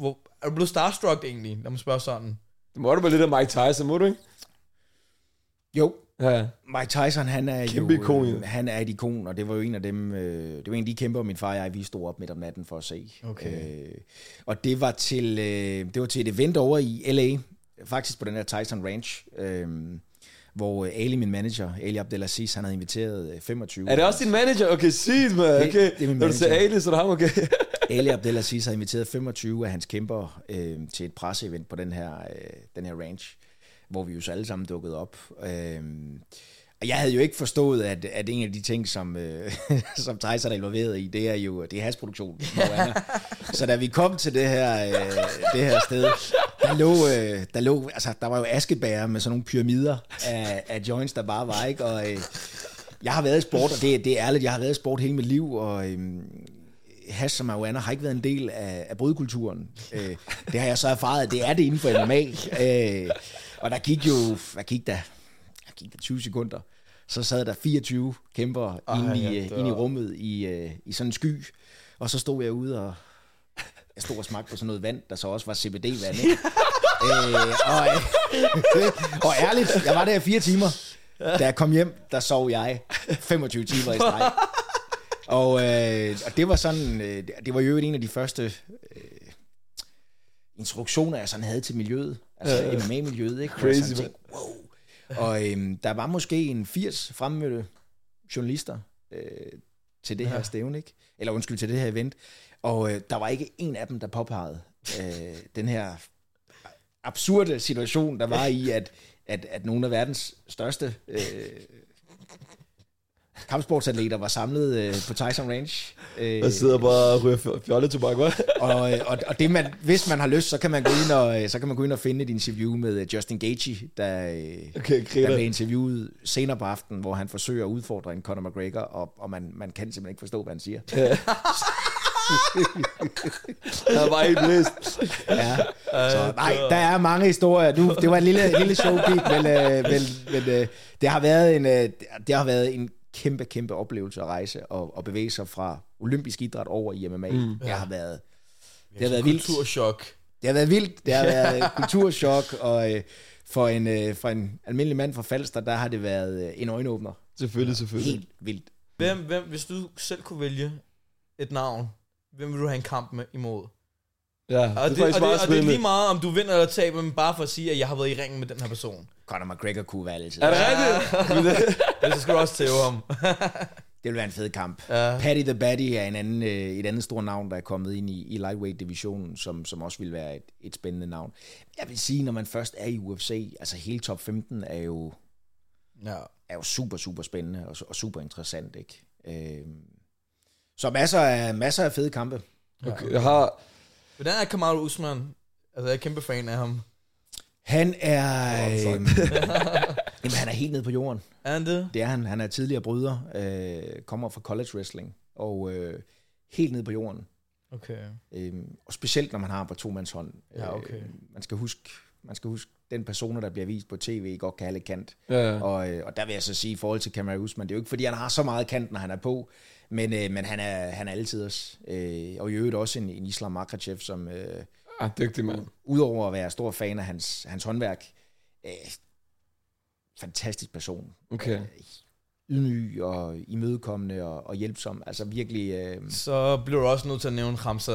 Er du blevet starstruck egentlig? Lad mig spørge sådan. Det må du være lidt af Mike Tyson, må du ikke? Jo. Ja. Mike Tyson, han er Kæmpe jo ikon, øh, han er et ikon, og det var jo en af dem, øh, det var en af de kæmper, min far og jeg, vi stod op midt om natten for at se. Okay. Øh, og det var til øh, det var til et event over i L A, faktisk på den her Tyson Ranch, øh, hvor Ali, min manager, Ali Abdelaziz, han havde inviteret femogtyve. Er det også din manager? Okay, sig man. Okay. Det, det er min Når du siger Ali, så er det ham, okay. Ali Abdelaziz har inviteret femogtyve af hans kæmper øh, til et presseevent på den her, øh, den her ranch, hvor vi jo så alle sammen dukkede op. Øh, og jeg havde jo ikke forstået, at, at en af de ting, som, øh, som Tyson er involveret i, det er jo det er hasproduktion. Så da vi kom til det her, øh, det her sted, der lå, øh, der lå, altså der var jo askebæger med sådan nogle pyramider af, af joints, der bare var, ikke? Og øh, jeg har været i sport, og det, det er ærligt, jeg har været i sport hele mit liv, og øh, hash og marijuana har ikke været en del af, af brydekulturen. Øh, det har jeg så erfaret, at det er det inden for M M A. Øh, og der gik jo, hvad gik der? Der gik der tyve sekunder. Så sad der fireogtyve kæmper inde i, ja, inde i rummet i, uh, i sådan en sky. Og så stod jeg ude og jeg stod og smagte på sådan noget vand, der så også var C B D-vand. Ikke? øh, og, øh, og ærligt, jeg var der i fire timer. Da jeg kom hjem, der sov jeg femogtyve timer i streg. Og, øh, og det var sådan, øh, det var jo en af de første øh, introduktioner, jeg sådan havde til miljøet. Altså uh, M M A-miljøet, ikke? Crazy, tænkte, wow. Og øhm, der var måske en firs fremmødte journalister øh, til det her ja. stævne, ikke? Eller undskyld, til det her event. Og øh, der var ikke en af dem, der påpegede øh, den her absurde situation, der var i, at, at, at nogle af verdens største øh, kampsportsatleter var samlet øh, på Tyson Ranch. Øh, og sidder bare og ryger fjolletobak, hva'? og, og, og det man, hvis man har lyst, så kan man gå ind og, så kan man gå ind og finde et interview med Justin Gaethje, der, okay, der blev interviewet senere på aftenen, hvor han forsøger at udfordre en Conor McGregor, og, og man, man kan simpelthen ikke forstå, hvad han siger. Ja. Jeg var helt blæst. Ja. Så, nej, der er mange historier. Du, det var en lille, lille showbeat, men, øh, men, men øh, det har været en, øh, det har været en kæmpe, kæmpe oplevelse at rejse og, og bevæge sig fra olympisk idræt over i M M A. Mm. Det har været, det har været vildt. Kulturschok. Det har været vildt. Det har været kulturschok, og øh, for, en, øh, for en almindelig mand fra Falster, der har det været øh, en øjenåbner. Selvfølgelig, selvfølgelig. Helt vildt. Hvem, hvem, hvis du selv kunne vælge et navn, hvem vil du have en kamp med imod? Ja, og det, det, det, og, det, og det er lige meget, om du vinder eller taber, men bare for at sige, at jeg har været i ringen med den her person. Conor McGregor kunne være altid. Er det rigtigt? Ja, så skal du også tæve ham. Det vil være en fed kamp. Ja. Paddy the Baddy er en anden, øh, et andet stort navn, der er kommet ind i, i lightweight-divisionen, som, som også vil være et, et spændende navn. Jeg vil sige, når man først er i U F C, altså hele top femten er jo, ja. er jo super, super spændende og, og super interessant, ikke? Øh, så masser af, masser af fede kampe. Okay, jeg har... Hvordan er Kamaru Usman? Altså, jeg er kæmpe fan af ham. Han er... Øh, jamen, han er helt nede på jorden. Er han det? Det er han. Han er tidligere bryder, øh, kommer fra college wrestling, og øh, helt nede på jorden. Okay. Øh, og specielt, når man har på to-mands-hånd. Ja, okay. Øh, man skal huske, man skal huske, den personer, der bliver vist på tv, godt kan have lidt kant. Ja. Og, øh, og der vil jeg så sige, i forhold til Kamaru Usman, det er jo ikke, fordi han har så meget kant, når han er på, men, øh, men han er, han er altid også. Øh, og i øvrigt også en, en Islam Makhachev, som... Øh, ah, dygtig mand. Udover at være stor fan af hans, hans håndværk, øh, fantastisk person. Okay. Øh, ydmyg og imødekommende og, og hjælpsom. Altså virkelig... Øh... Så bliver du også nødt til at nævne Khamzat.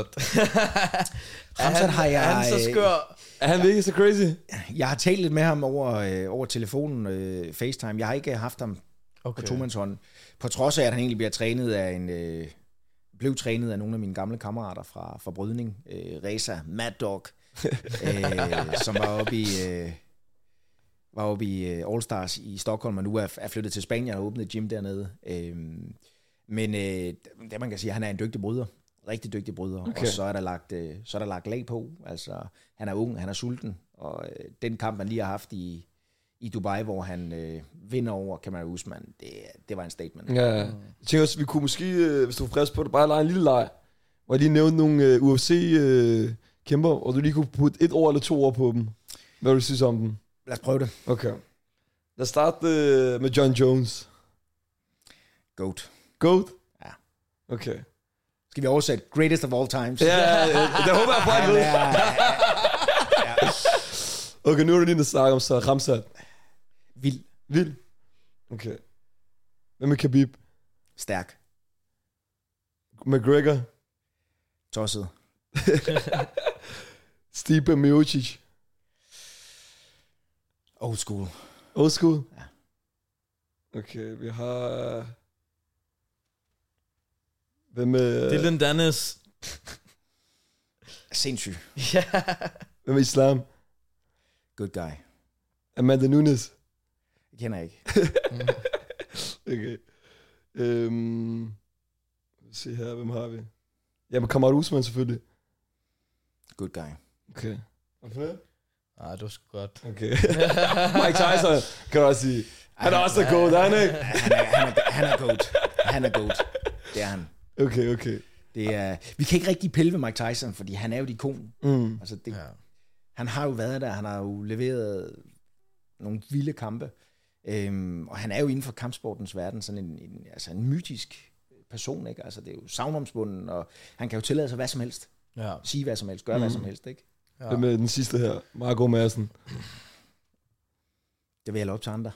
Khamzat har jeg... Er han så skør? Er han virkelig så crazy? Jeg har talt lidt med ham over, øh, over telefonen, øh, FaceTime. Jeg har ikke haft ham okay. på tomandshånd. På trods af, at han egentlig bliver trænet af en... Øh, blev trænet af nogle af mine gamle kammerater fra, fra brydning. Øh, Reza Mad Dog, øh, som var oppe i... Øh, var oppe i uh, All Stars i Stockholm, og nu er, er flyttet til Spanien og åbnet et gym dernede. Øhm, men øh, det man kan sige, han er en dygtig bryder. Rigtig dygtig bryder. Okay. Og så er, der lagt, øh, så er der lagt lag på. Altså, han er ung, han er sulten. Og øh, den kamp, han lige har haft i, i Dubai, hvor han øh, vinder over Kamaru Usman, det, det var en statement. Ja, jeg tænker også, vi kunne måske, øh, hvis du er frisk på det, bare lege en lille leg, hvor jeg lige nævnte nogle øh, U F C-kæmper, øh, og du lige kunne putte et ord eller to ord på dem. Hvad vil du sige om dem? Lad os prøve det. Okay. Lad os starte uh, med John Jones. Goat. Goat? Ja. Okay. Skal vi oversætte greatest of all times? Ja, det håber jeg på, at han, er, Okay, nu er det lige, der snakker om så Ramsat. Vild. Vild. Okay. Hvem er Khabib? Stærk. McGregor. Tosset. Stipe Miocic. Old school. Old school? Ja. Okay, vi har... Hvem er... Dylan Dennis. Sindssyg. Ja. Hvem er Islam? Good guy. Amanda Nunes. Jeg kender ikke. Okay. Øhm... Se her, hvem har vi? Jamen, Kamaru Usman selvfølgelig. Good guy. Okay. Hvorfor det? Ah, det var sgu godt. Okay. Mike Tyson, kan du også sige. Han er også god, er han ikke? Han er, han er, han er goat. Han er goat. Det er han. Okay, okay. Det er, vi kan ikke rigtig pille ved Mike Tyson, fordi han er jo et ikon. Mm. Altså det, Ja. Han har jo været der, han har jo leveret nogle vilde kampe. Øhm, og han er jo inden for kampsportens verden sådan en, en, altså en mytisk person, ikke? Altså det er jo savnomsbunden, og han kan jo tillade sig hvad som helst. Ja. Sige hvad som helst, gøre mm. hvad som helst, ikke? Ja. Hvem er den sidste her? Marco Madsen. Det vil jeg lade op til andre.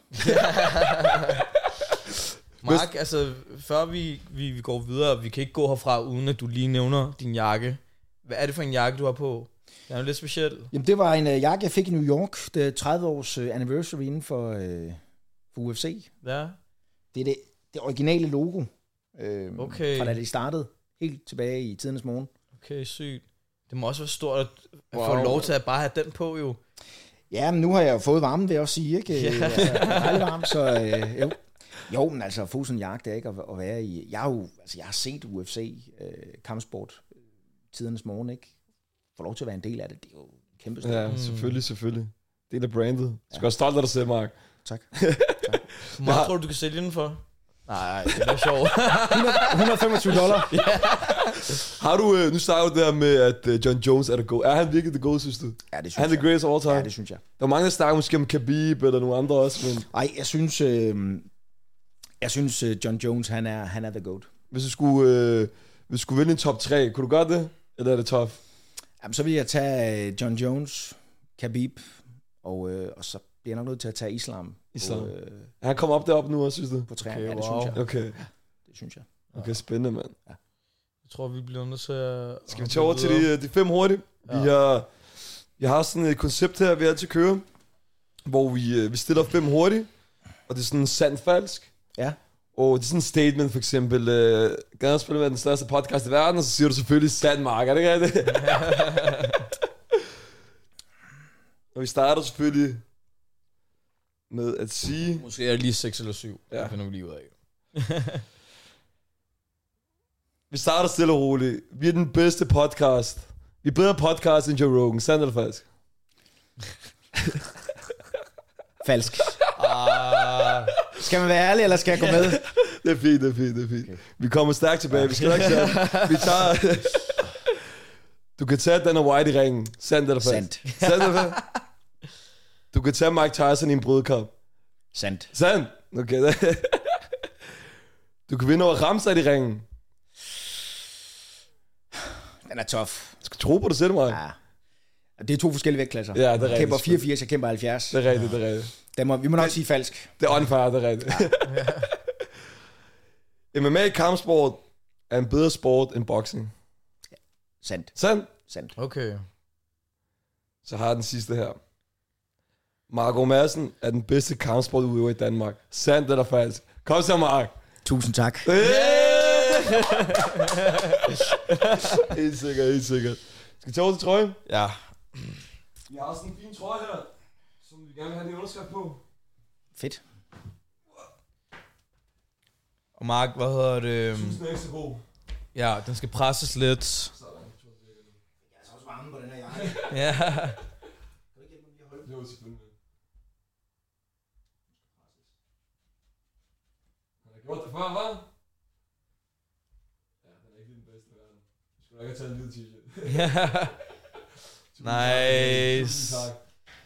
Mark, altså, før vi, vi, vi går videre, vi kan ikke gå herfra, uden at du lige nævner din jakke. Hvad er det for en jakke, du har på? Den er jo lidt speciel. Jamen det var en uh, jakke, jeg fik i New York. Det er tredive års uh, anniversary inden for, uh, for U F C. Ja. Det er det, det originale logo. Øh, Okay. Fra da det startede. Helt tilbage i tidernes morgen. Okay, sygt. Det må også være stort at, at Wow. få lov til at bare have den på, jo. Ja, men nu har jeg jo fået varmen, vil jeg også sige, ikke? Ja. Ja. Altså, det er dejligt varmt, så øh, jo. Jo, men altså, at få sådan en jagt, det er ikke at, at være i... Jeg har jo, altså, jeg har set U F C, øh, kampsport, øh, tidernes morgen, ikke? Få lov til at være en del af det, det er jo kæmpe stort. Ja, Mm. selvfølgelig, selvfølgelig. Det er da brandet. Du skal være stolt af dig selv, Mark. Tak. Hvor meget tror du, du kan sælge den for? Nej, det er sjovt. et hundrede og femogtyve dollar. Har du, øh, nu snakker du der med, at øh, John Jones er the goat. Er han virkelig the goat, synes du? Ja, det Er synes han the jeg. greatest of all time? Ja, det synes jeg. Der er mange, der snakker måske om Khabib eller nogle andre også, men Ej, jeg synes... Øh, jeg synes, øh, John Jones, han er, han er the goat. hvis du skulle, øh, hvis du skulle vælge en top tre, kunne du gøre det? Eller er det tough? Jamen, så vil jeg tage øh, John Jones, Khabib, og, øh, og så bliver jeg nok nødt til at tage Islam. Islam. På, øh, Er han kommet op derop nu også, synes du? på træerne. Okay, Ja, det wow. synes jeg. Okay, Det synes jeg. okay, spændende, mand. Jeg tror, vi bliver nødt til at... Skal vi tage over til de, de fem hurtigt? Ja. Vi, har, vi har sådan et koncept her, vi altid kører, hvor vi, øh, vi stiller fem hurtigt, og det er sådan sandt falsk. Ja. Og det er sådan en statement, for eksempel, øh, gerne spille med den største podcast i verden, og så siger du selvfølgelig sand, Mark, er det ikke rigtigt? Og vi starter selvfølgelig med at sige... Måske er det lige seks eller syv. Ja. Det finder vi lige ud af. Vi starter stille og roligt. Vi er den bedste podcast. Vi er bedre podcast end Joe Rogan. Sandt eller falsk? Falsk. Ah, Skal man være ærlig, eller skal jeg gå med? Det er fint, det er fint, det er fint. Okay. Vi kommer stærkt tilbage. Vi skal ikke sige. Vi tager... Du kan tage den White i ringen. Sandt eller falsk? Sandt. Sandt eller falsk? Du kan tage Mike Tyson i en brødkamp. Sandt. Sandt? Okay. Du kan vinde over Ramsat i ringen. Den er tough. Du skal tro på dig selv, Mark. Ja. Det er to forskellige vægtklasser. Ja, det er Jeg rigtigt. kæmper fireogfirs, jeg kæmper halvfjerds. Det er rigtigt, det er rigtigt. Den må, vi må nok sige falsk. Det er unfair, det er rigtigt. Ja. M M A kampsport er en bedre sport end boxing. Sandt. Sandt? Sandt. okay. Så har jeg den sidste her. Marco Madsen er den bedste kampsportudøver i Danmark. Sandt eller falsk? Kom så, Mark. Tusind tak. Yeah! Helt sikkert, helt sikkert. Skal vi tage over til trøjen? Ja. Vi har sådan en fin trøje her, som vi gerne vil have din underskrift på. Fedt. Og Mark, hvad hedder det? Tusind ekstra god. Ja, den skal presses lidt. Jeg er så også varme på den her jakke. Ja. Det var selvfølgelig. Han har gjort det før, hva'? Ja, den er ikke den bedste i verden. Jeg skulle nok have taget en lille t-shirt. Ja. Tusind tak. Nice. Tusind tak.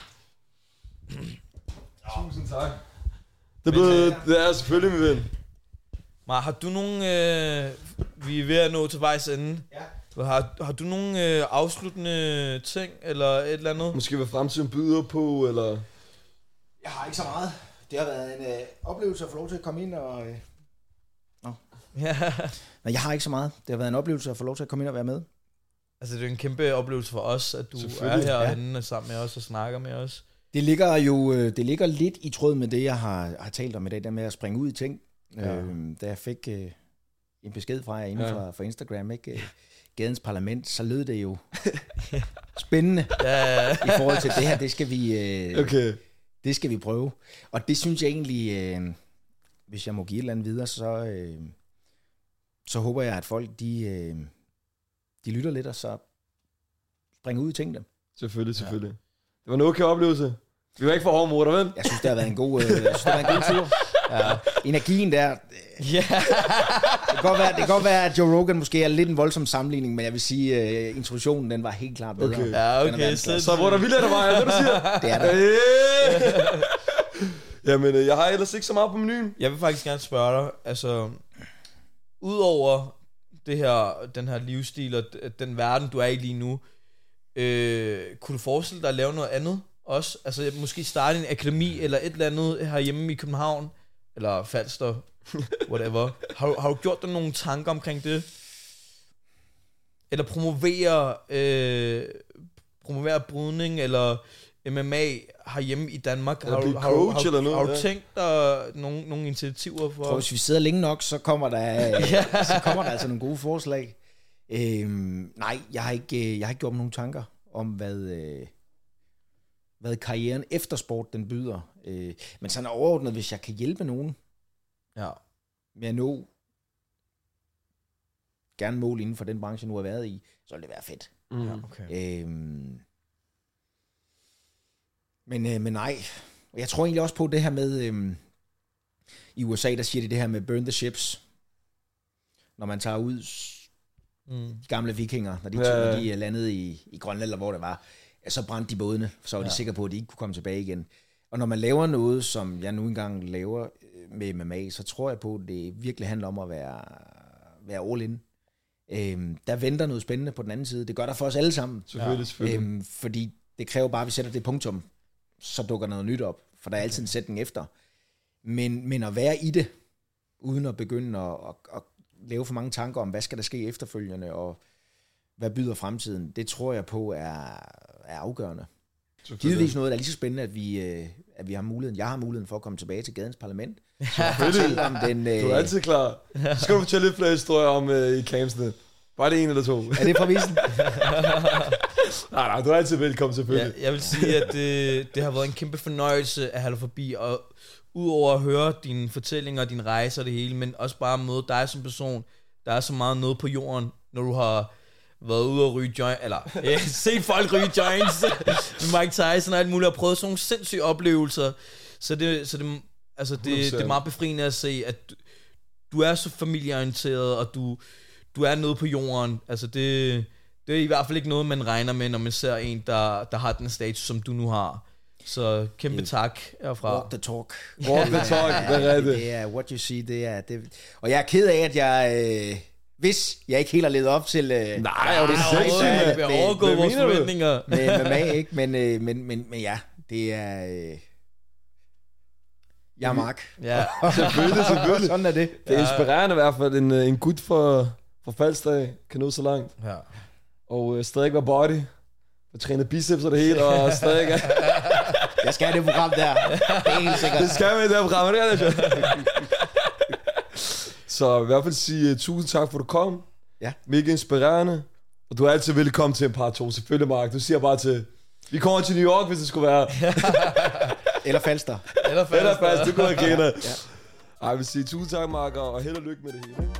Tusind tak. Det, blev, det er selvfølgelig, min ven. Mark, har du nogen... Øh, vi er ved at nå til vejs ende. Ja. Har, har du nogle øh, afsluttende ting, eller et eller andet? Måske hvad fremtiden byder på, eller... Jeg har ikke så meget. Det har været en øh, oplevelse at få lov til at komme ind og... Øh... Nå. Ja. Nej, jeg har ikke så meget. Det har været en oplevelse at få lov til at komme ind og være med. Altså, det er en kæmpe oplevelse for os, at du er herinde ja. sammen med os og snakker med os. Det ligger jo det ligger lidt i tråd med det, jeg har, har talt om i dag, der med at springe ud i ting. Ja. Øhm, da jeg fik øh, en besked fra jer inden ja. fra, fra Instagram, ikke? Gadens Parlament, så lød det jo spændende ja. i forhold til det her. Det skal vi, øh, okay. det skal vi prøve. Og det synes jeg egentlig, øh, hvis jeg må give et eller andet videre, så, øh, så håber jeg, at folk de, øh, de lytter lidt, og så springer ud i tingene. Selvfølgelig, selvfølgelig. Ja. Det var en okay oplevelse. Vi var ikke for hårde mod dig, vel? Jeg synes, det har været en god, øh, jeg synes, det har været en god tur. Ja. Energien der. Øh, yeah. det, kan godt være, det kan godt være, at Joe Rogan måske er lidt en voldsom sammenligning, men jeg vil sige, at uh, introduktionen den var helt klart bedre. Okay. Ja, okay. Så, så hvor der vildt er der var, hvad du siger? Det er der. Jamen, jeg har ellers ikke så meget på menuen. Jeg vil faktisk gerne spørge dig, altså, udover det her, den her livsstil og den verden, du er i lige nu, øh, kunne du forestille dig at lave noget andet også? Altså, måske starte en akademi eller et eller andet herhjemme i København, eller Falster, whatever. Har du, har du gjort dig nogle tanker omkring det? Eller promovere, øh, promovere brydning, eller M M A herhjemme i Danmark? Har du, har, du, har, noget, har du tænkt dig nogle, nogle initiativer for? For hvis vi sidder længe nok, så kommer der, ja. så kommer der altså nogle gode forslag. Øhm, nej, jeg har, ikke, jeg har ikke gjort mig nogle tanker om, hvad, øh, hvad karrieren efter sport den byder. Øh, men sådan overordnet, hvis jeg kan hjælpe nogen ja. med at nå gerne mål inden for den branche, jeg nu har været i, så vil det være fedt. Mm. Ja, okay. øhm, men, øh, men nej, jeg tror egentlig også på det her med, øh, i U S A, der siger de det her med burn the ships, når man tager ud... Mm. De gamle vikinger, når de, ja, ja. de landede i, i Grønland, eller hvor det var, så brændte de bådene, så var de ja. sikre på, at de ikke kunne komme tilbage igen. Og når man laver noget, som jeg nu engang laver med M M A, så tror jeg på, at det virkelig handler om at være, være all in. Øhm, der venter noget spændende på den anden side. Det gør der for os alle sammen. Selvfølgelig, selvfølgelig. Øhm, fordi det kræver bare, at vi sætter det punktum, så dukker noget nyt op. For der er altid en sætning efter. Men, men at være i det, uden at begynde at, at, at lave for mange tanker om, hvad skal der ske efterfølgende, og hvad byder fremtiden, det tror jeg på er, er afgørende. Givetvis noget, der er lige så spændende, at vi, at vi har muligheden, jeg har muligheden for at komme tilbage til Gadens Parlament. Så fortælle om den... Du er altid klar. Så skal du fortælle lidt flere historier om uh, i campsene. Bare det en eller to. Er det præmissen? nej, nej, du er altid velkommen selvfølgelig. Ja, jeg vil sige, at det, det har været en kæmpe fornøjelse at have dig forbi, og udover at høre dine fortællinger, dine rejser og det hele, men også bare møde dig som person. Der er så meget noget på jorden, når du har været ude og ryge joint, eller ja, set folk ryge joints med Mike Tyson og alt muligt, og prøvet sådan nogle sindssyge oplevelser. Så det, så det, altså det, det er meget befriende at se, at du, du er så familieorienteret, og du, du er noget på jorden. Altså det, det er i hvert fald ikke noget, man regner med, når man ser en, der, der har den status, som du nu har. Så kæmpe yeah. tak herfra. Walk the talk. Walk the talk, det er det. Det er what you see, det er det. Og jeg er ked af, at jeg, øh, hvis jeg ikke helt har levet op til... Øh, Nej, og det er sindssygt. Vi har overgået vores forventninger. Med M M A, ikke? Men, øh, men, men, men ja, det er... Øh, jeg er Mark. Ja, selvfølgelig, selvfølgelig. Sådan er det. Det er inspirerende i hvert fald. En, en gut for, for Falster kan nå så langt. Ja. Og øh, stadig var body. Og trænet biceps og det hele, og stadig... Jeg skal have det program der. Det er helt sikkert. Det skal vi i det her program, det er det. Så i hvert fald sige uh, tusind tak for, at du kom. Ja. Mega inspirerende. Og du er altid velkommen til en par to. Selvfølgelig, Mark. Du siger bare til... Vi kommer til New York, hvis det skulle være. Eller Falster. Eller Falster. Eller Falster, det kunne jeg kende. Ja. Ej, jeg vil sige tusind tak, Mark, og held og lykke med det hele.